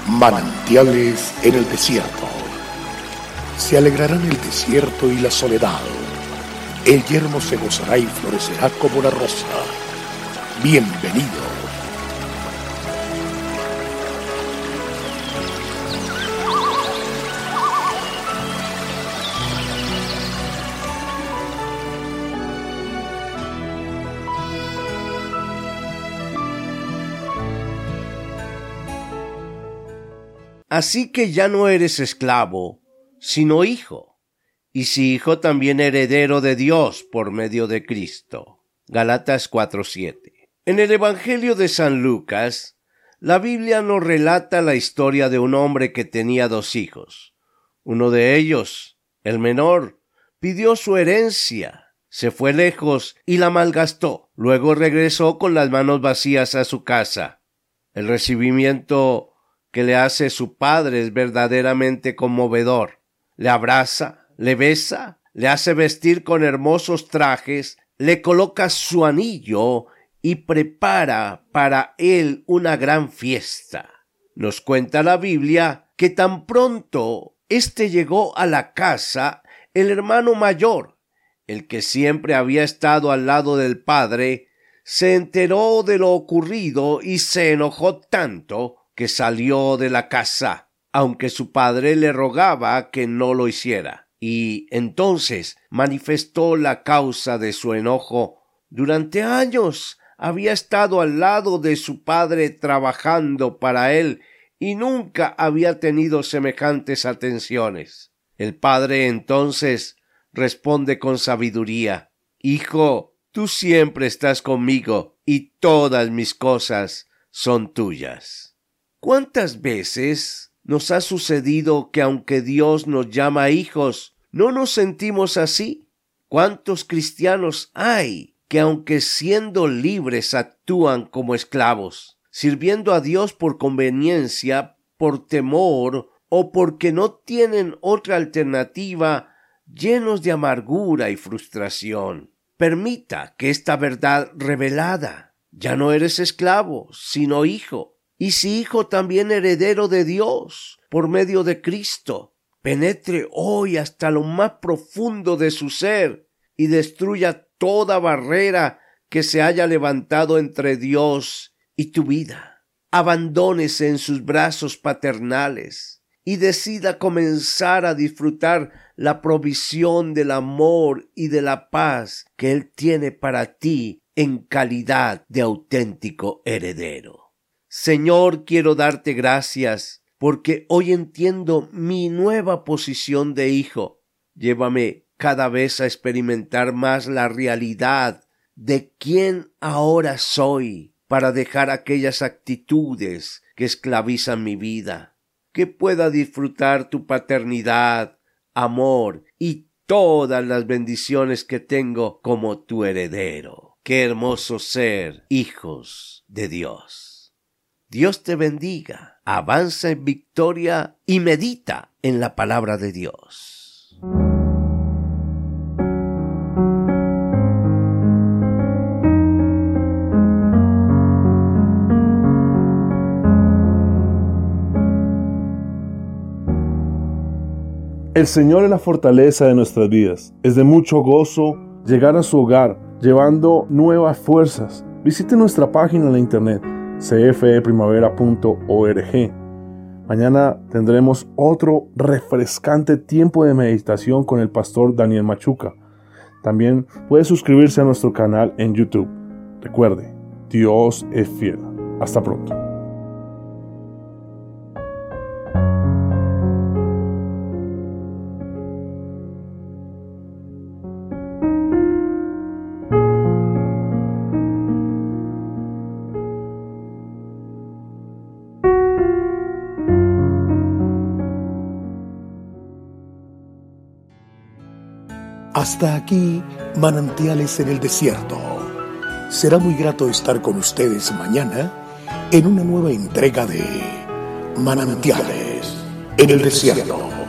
Manantiales en el desierto. Se alegrarán el desierto y la soledad. El yermo se gozará y florecerá como la rosa. Bienvenido. Así que ya no eres esclavo, sino hijo, y si hijo también heredero de Dios por medio de Cristo. Gálatas 4:7. En el Evangelio de San Lucas, la Biblia nos relata la historia de un hombre que tenía 2 hijos. Uno de ellos, el menor, pidió su herencia, se fue lejos y la malgastó. Luego regresó con las manos vacías a su casa. El recibimiento que le hace su padre es verdaderamente conmovedor. Le abraza, le besa, le hace vestir con hermosos trajes, le coloca su anillo y prepara para él una gran fiesta. Nos cuenta la Biblia que tan pronto éste llegó a la casa, el hermano mayor, el que siempre había estado al lado del padre, se enteró de lo ocurrido y se enojó tanto que salió de la casa, aunque su padre le rogaba que no lo hiciera. Y entonces manifestó la causa de su enojo. Durante años había estado al lado de su padre trabajando para él y nunca había tenido semejantes atenciones. El padre entonces responde con sabiduría: Hijo, tú siempre estás conmigo y todas mis cosas son tuyas. ¿Cuántas veces nos ha sucedido que aunque Dios nos llama hijos, no nos sentimos así? ¿Cuántos cristianos hay que aunque siendo libres actúan como esclavos, sirviendo a Dios por conveniencia, por temor o porque no tienen otra alternativa, llenos de amargura y frustración? Permita que esta verdad revelada: ya no eres esclavo, sino hijo. Y si hijo, también heredero de Dios por medio de Cristo, penetre hoy hasta lo más profundo de su ser y destruya toda barrera que se haya levantado entre Dios y tu vida. Abandónese en sus brazos paternales y decida comenzar a disfrutar la provisión del amor y de la paz que Él tiene para ti en calidad de auténtico heredero. Señor, quiero darte gracias porque hoy entiendo mi nueva posición de hijo. Llévame cada vez a experimentar más la realidad de quién ahora soy para dejar aquellas actitudes que esclavizan mi vida. Que pueda disfrutar tu paternidad, amor y todas las bendiciones que tengo como tu heredero. Qué hermoso ser hijos de Dios. Dios te bendiga, avanza en victoria y medita en la palabra de Dios. El Señor es la fortaleza de nuestras vidas. Es de mucho gozo llegar a su hogar, llevando nuevas fuerzas. Visite nuestra página en la internet cfeprimavera.org. Mañana tendremos otro refrescante tiempo de meditación con el pastor Daniel Machuca. También puede suscribirse a nuestro canal en YouTube. Recuerde, Dios es fiel. Hasta pronto. Hasta aquí, Manantiales en el desierto. Será muy grato estar con ustedes mañana en una nueva entrega de Manantiales en el desierto.